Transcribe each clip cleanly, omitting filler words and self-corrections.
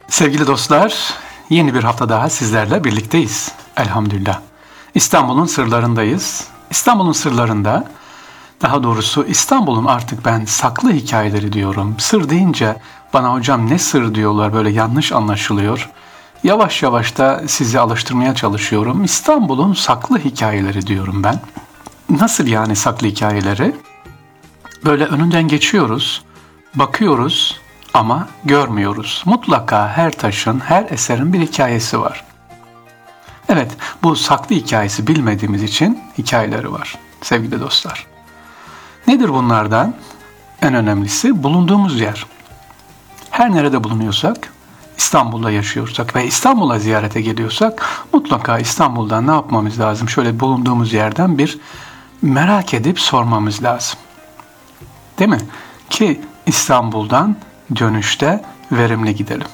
Sevgili dostlar, yeni bir hafta daha sizlerle birlikteyiz. Elhamdülillah. İstanbul'un sırlarındayız. İstanbul'un sırlarında, daha doğrusu İstanbul'un artık ben saklı hikayeleri diyorum. Sır deyince bana hocam ne sır diyorlar, böyle yanlış anlaşılıyor. Yavaş yavaş da sizi alıştırmaya çalışıyorum. İstanbul'un saklı hikayeleri diyorum ben. Nasıl yani saklı hikayeleri? Böyle önünden geçiyoruz, bakıyoruz ama görmüyoruz. Mutlaka her taşın, her eserin bir hikayesi var. Evet, bu saklı hikayesi bilmediğimiz için hikayeleri var sevgili dostlar. Nedir bunlardan? En önemlisi bulunduğumuz yer. Her nerede bulunuyorsak, İstanbul'da yaşıyorsak ve İstanbul'a ziyarete geliyorsak mutlaka İstanbul'dan ne yapmamız lazım? Şöyle bulunduğumuz yerden bir merak edip sormamız lazım. Değil mi? Ki İstanbul'dan dönüşte verimli gidelim.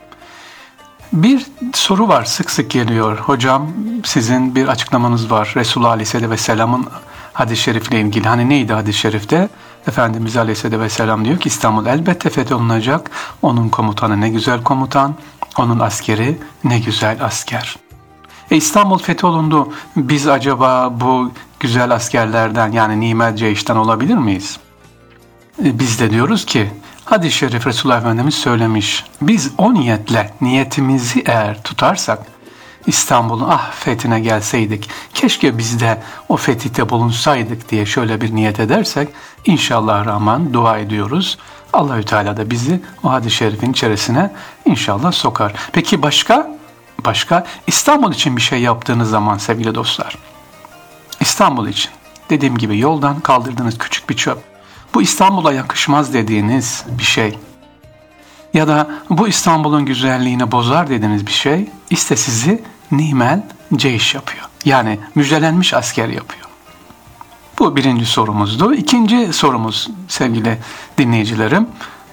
Bir soru var, sık sık geliyor. Hocam sizin bir açıklamanız var. Resulullah Aleyhisselatü Vesselam'ın hadis-i şerifle ilgili. Hani neydi hadis-i şerifte? Efendimiz Aleyhisselatü Vesselam diyor ki İstanbul elbette fetholunacak. Onun komutanı ne güzel komutan. Onun askeri ne güzel asker. İstanbul fetholundu. Biz acaba bu güzel askerlerden yani nimet ceyşten olabilir miyiz? Biz de diyoruz ki hadis-i şerif Resulullah Efendimiz söylemiş. Biz o niyetle niyetimizi eğer tutarsak İstanbul'un fethine gelseydik, keşke biz de o fetihte bulunsaydık diye şöyle bir niyet edersek inşallah Rahman dua ediyoruz. Allahü Teala da bizi o hadis-i şerifin içerisine inşallah sokar. Peki başka İstanbul için bir şey yaptığınız zaman sevgili dostlar, İstanbul için dediğim gibi yoldan kaldırdığınız küçük bir çöp, bu İstanbul'a yakışmaz dediğiniz bir şey ya da bu İstanbul'un güzelliğini bozar dediğiniz bir şey işte sizi nimel ceyş yapıyor. Yani müjdelenmiş asker yapıyor. Bu birinci sorumuzdu. İkinci sorumuz sevgili dinleyicilerim,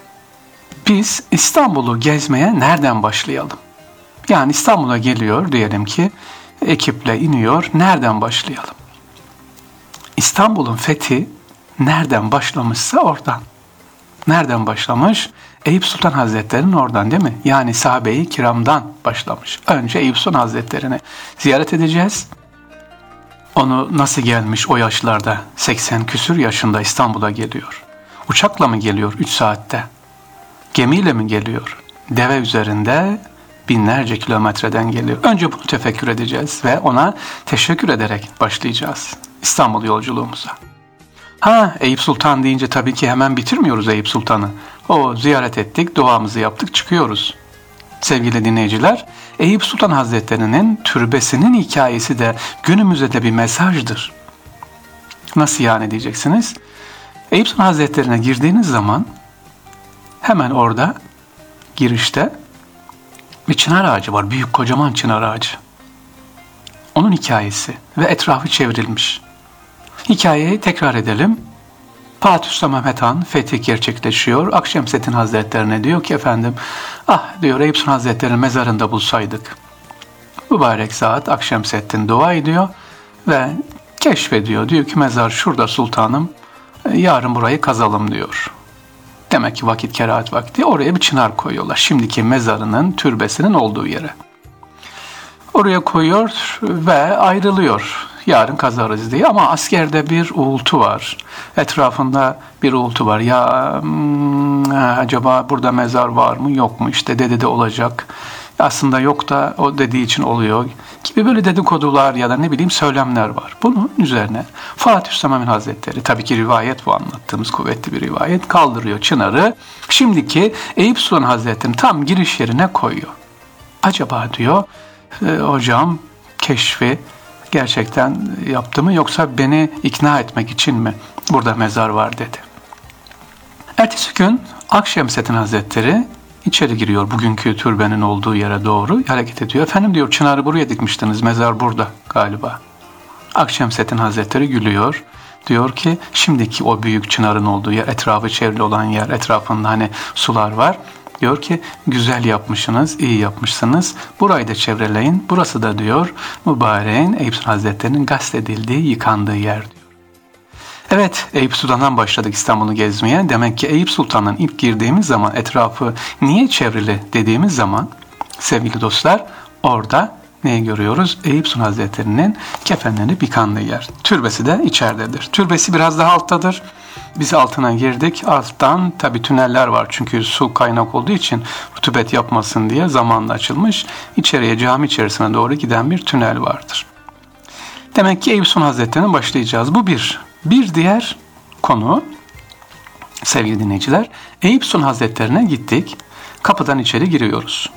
biz İstanbul'u gezmeye nereden başlayalım? Yani İstanbul'a geliyor diyelim ki ekiple iniyor, nereden başlayalım? İstanbul'un fethi nereden başlamışsa oradan. Nereden başlamış? Eyüp Sultan Hazretleri'nin oradan değil mi? Yani sahabe-i kiramdan başlamış. Önce Eyüp Sultan Hazretleri'ni ziyaret edeceğiz. Onu nasıl gelmiş o yaşlarda? 80 küsür yaşında İstanbul'a geliyor. Uçakla mı geliyor 3 saatte? Gemiyle mi geliyor? Deve üzerinde binlerce kilometreden geliyor. Önce bunu tefekkür edeceğiz ve ona teşekkür ederek başlayacağız İstanbul yolculuğumuza. Eyüp Sultan deyince tabii ki hemen bitirmiyoruz Eyüp Sultan'ı. O ziyaret ettik, duamızı yaptık, çıkıyoruz. Sevgili dinleyiciler, Eyüp Sultan Hazretleri'nin türbesinin hikayesi de günümüzde de bir mesajdır. Nasıl yani diyeceksiniz? Eyüp Sultan Hazretleri'ne girdiğiniz zaman hemen orada girişte bir çınar ağacı var, büyük kocaman çınar ağacı. Onun hikayesi ve etrafı çevrilmiş. Hikayeyi tekrar edelim. Fatih Sultan Mehmet Han fetih gerçekleşiyor. Akşemseddin Hazretlerine diyor ki efendim, diyor Eyüp Sultan Hazretleri'nin mezarında bulsaydık. Mübarek zat Akşemseddin dua ediyor ve keşfediyor. Diyor ki mezar şurada sultanım, yarın burayı kazalım diyor. Demek ki vakit kerahat vakti, oraya bir çınar koyuyorlar. Şimdiki mezarının, türbesinin olduğu yere. Oraya koyuyor ve ayrılıyor. Yarın kazarız diye ama askerde bir uğultu var. Etrafında bir uğultu var. Acaba burada mezar var mı yok mu? İşte de olacak. Aslında yok da o dediği için oluyor gibi böyle dedikodular ya da ne bileyim söylemler var. Bunun üzerine Fatih Sultan Mehmet Hazretleri, tabii ki rivayet bu, anlattığımız kuvvetli bir rivayet, kaldırıyor çınarı. Şimdiki Eyüp Sultan Hazretleri'nin tam giriş yerine koyuyor. Acaba diyor hocam keşfi gerçekten yaptı mı yoksa beni ikna etmek için mi burada mezar var dedi. Ertesi gün Akşemseddin Hazretleri içeri giriyor, bugünkü türbenin olduğu yere doğru hareket ediyor. Efendim diyor, çınarı buraya dikmiştiniz, mezar burada galiba. Akşemseddin Hazretleri gülüyor. Diyor ki şimdiki o büyük çınarın olduğu yer, etrafı çevrili olan yer, etrafında hani sular var. Diyor ki güzel yapmışsınız, iyi yapmışsınız. Burayı da çevreleyin. Burası da diyor mübareğin Eyüp Sultan Hazretleri'nin gasledildiği, yıkandığı yer diyor. Evet, Eyüp Sultan'dan başladık İstanbul'u gezmeye. Demek ki Eyüp Sultan'ın ilk girdiğimiz zaman etrafı niye çevrili dediğimiz zaman sevgili dostlar orada neyi görüyoruz? Eyüp Sultan Hazretleri'nin kefenleri yıkandığı yer. Türbesi de içeridedir. Türbesi biraz daha alttadır. Biz altına girdik. Alttan tabii tüneller var. Çünkü su kaynak olduğu için rutubet yapmasın diye zamanla açılmış. İçeriye cami içerisine doğru giden bir tünel vardır. Demek ki Eyüp Sultan Hazretleri'ne başlayacağız. Bu bir. Bir diğer konu sevgili dinleyiciler. Eyüp Sultan Hazretleri'ne gittik. Kapıdan içeri giriyoruz.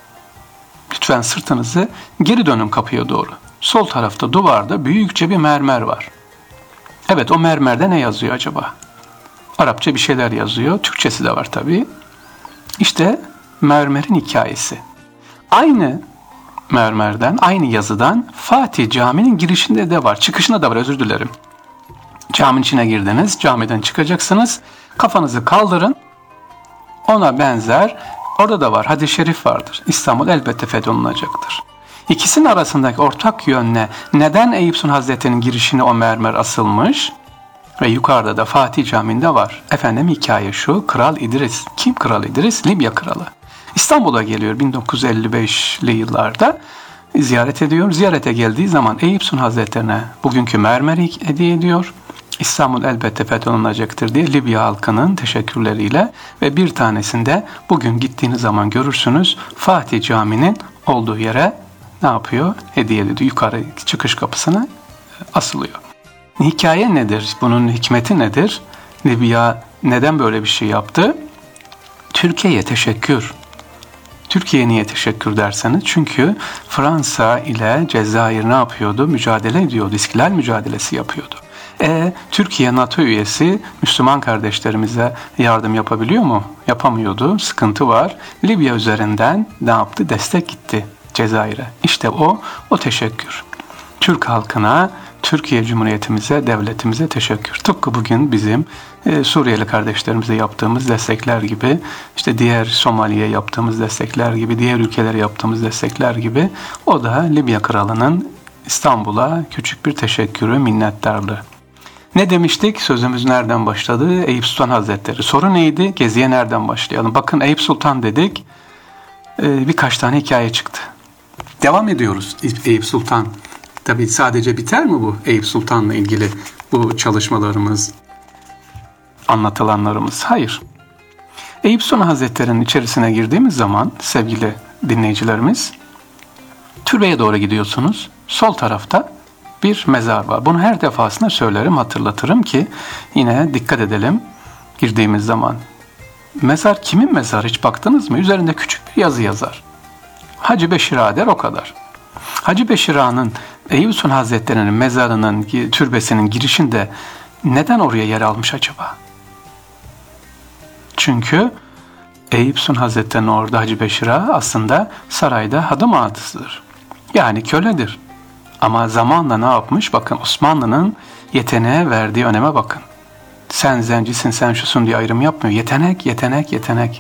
Lütfen sırtınızı geri dönün kapıya doğru. Sol tarafta duvarda büyükçe bir mermer var. Evet, o mermerde ne yazıyor acaba? Arapça bir şeyler yazıyor. Türkçesi de var tabii. İşte mermerin hikayesi. Aynı mermerden, aynı yazıdan Fatih Camii'nin girişinde de var. Çıkışında da var, özür dilerim. Caminin içine girdiniz, camiden çıkacaksınız. Kafanızı kaldırın. Ona benzer, orada da var, hadis-i şerif vardır. İstanbul elbette fetholunacaktır. İkisinin arasındaki ortak yönle neden Eyüp Sultan Hazretleri'nin girişine o mermer asılmış ve yukarıda da Fatih Camii'nde var. Efendim hikaye şu, Kral İdris. Kim Kral İdris? Libya Kralı. İstanbul'a geliyor 1955'li yıllarda. Ziyaret ediyor. Ziyarete geldiği zaman Eyüp Sultan Hazretleri'ne bugünkü mermeri hediye ediyor. İstanbul elbette fetholunacaktır diye Libya halkının teşekkürleriyle ve bir tanesinde bugün gittiğiniz zaman görürsünüz Fatih Camii'nin olduğu yere ne yapıyor? Hediye ediyor. Yukarı çıkış kapısına asılıyor. Hikaye nedir? Bunun hikmeti nedir? Libya neden böyle bir şey yaptı? Türkiye'ye teşekkür. Türkiye'ye niye teşekkür derseniz? Çünkü Fransa ile Cezayir ne yapıyordu? Mücadele ediyordu. İstilal mücadelesi yapıyordu. Türkiye NATO üyesi Müslüman kardeşlerimize yardım yapabiliyor mu? Yapamıyordu. Sıkıntı var. Libya üzerinden ne yaptı? Destek gitti Cezayir'e. İşte o teşekkür. Türk halkına, Türkiye Cumhuriyetimize, devletimize teşekkür. Tıpkı bugün bizim Suriyeli kardeşlerimize yaptığımız destekler gibi, işte diğer Somali'ye yaptığımız destekler gibi, diğer ülkelere yaptığımız destekler gibi, o da Libya Kralı'nın İstanbul'a küçük bir teşekkürü, minnettarlığı. Ne demiştik? Sözümüz nereden başladı? Eyüp Sultan Hazretleri. Soru neydi? Geziye nereden başlayalım? Bakın Eyüp Sultan dedik. Birkaç tane hikaye çıktı. Devam ediyoruz Eyüp Sultan. Tabii sadece biter mi bu Eyüp Sultan'la ilgili bu çalışmalarımız, anlatılanlarımız? Hayır. Eyüp Sultan Hazretleri'nin içerisine girdiğimiz zaman sevgili dinleyicilerimiz, türbeye doğru gidiyorsunuz. Sol tarafta bir mezar var. Bunu her defasında söylerim, hatırlatırım ki yine dikkat edelim girdiğimiz zaman. Mezar kimin mezarı, hiç baktınız mı? Üzerinde küçük bir yazı yazar. Hacı Beşir Ağa der, o kadar. Hacı Beşir Ağa'nın Eyüp Sultan Hazretleri'nin mezarının, türbesinin girişinde neden oraya yer almış acaba? Çünkü Eyüp Sultan Hazretleri'nin orada Hacı Beşir Ağa aslında sarayda hadım ağasıdır. Yani köledir. Ama zamanla ne yapmış? Bakın Osmanlı'nın yeteneğe verdiği öneme bakın. Sen zencisin, sen şusun diye ayrım yapmıyor. Yetenek, yetenek, yetenek.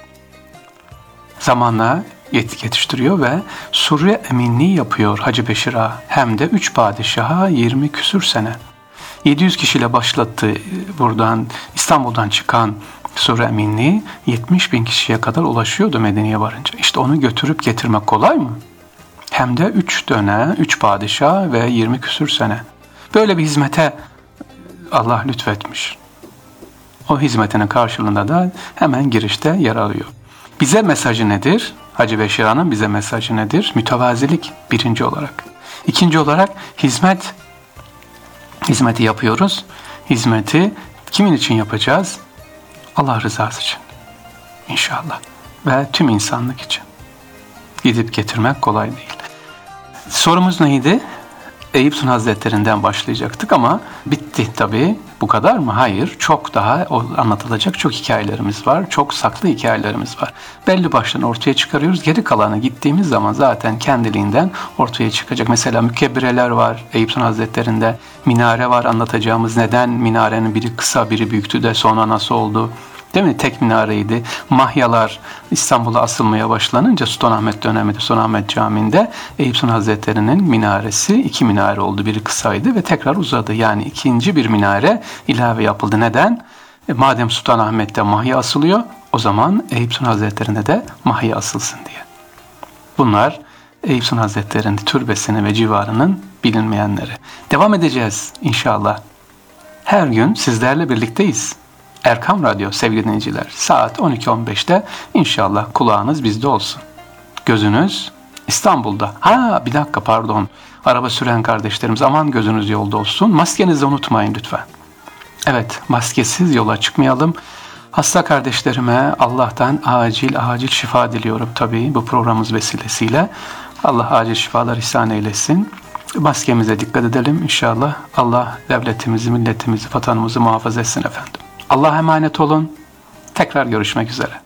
Zamanla yetiştiriyor ve Suriye eminliği yapıyor Hacı Beşir Ağa. Hem de 3 padişaha 20 küsür sene. 700 kişiyle başlattı buradan İstanbul'dan çıkan Suriye eminliği 70 bin kişiye kadar ulaşıyordu Medine'ye varınca. İşte onu götürüp getirmek kolay mı? Hem de 3 dönem, 3 padişah ve 20 küsür sene. Böyle bir hizmete Allah lütfetmiş. O hizmetinin karşılığında da hemen girişte yer alıyor. Bize mesajı nedir? Hacı Beşir Ağa'nın bize mesajı nedir? Mütevazilik birinci olarak. İkinci olarak hizmeti yapıyoruz. Hizmeti kimin için yapacağız? Allah rızası için. İnşallah. Ve tüm insanlık için. Gidip getirmek kolay değil. Sorumuz neydi? Eyüp Sultan Hazretleri'nden başlayacaktık ama bitti tabii. Bu kadar mı? Hayır. Çok daha anlatılacak çok hikayelerimiz var. Çok saklı hikayelerimiz var. Belli başlarını ortaya çıkarıyoruz. Geri kalanı gittiğimiz zaman zaten kendiliğinden ortaya çıkacak. Mesela mükebbireler var Eyüp Sultan Hazretleri'nde. Minare var, anlatacağımız neden minarenin biri kısa biri büyüktü de sonra nasıl oldu? Değil mi? Tek minareydi. Mahyalar İstanbul'a asılmaya başlanınca Sultanahmet döneminde Sultanahmet Camii'nde Eyüp Sultan Hazretleri'nin minaresi 2 minare oldu. Biri kısaydı ve tekrar uzadı. Yani ikinci bir minare ilave yapıldı. Neden? Madem Sultanahmet'te mahya asılıyor, o zaman Eyüp Sultan Hazretleri'ne de mahya asılsın diye. Bunlar Eyüp Sultan Hazretleri'nin türbesini ve civarının bilinmeyenleri. Devam edeceğiz inşallah. Her gün sizlerle birlikteyiz. Erkam Radyo sevgili dinleyiciler. Saat 12.15'te inşallah kulağınız bizde olsun. Gözünüz İstanbul'da. Bir dakika pardon. Araba süren kardeşlerimiz aman gözünüz yolda olsun. Maskenizi unutmayın lütfen. Evet, maskesiz yola çıkmayalım. Hasta kardeşlerime Allah'tan acil şifa diliyorum tabii bu programımız vesilesiyle. Allah acil şifalar ihsan eylesin. Maskemize dikkat edelim inşallah. Allah devletimizi, milletimizi, vatanımızı muhafaza etsin efendim. Allah'a emanet olun. Tekrar görüşmek üzere.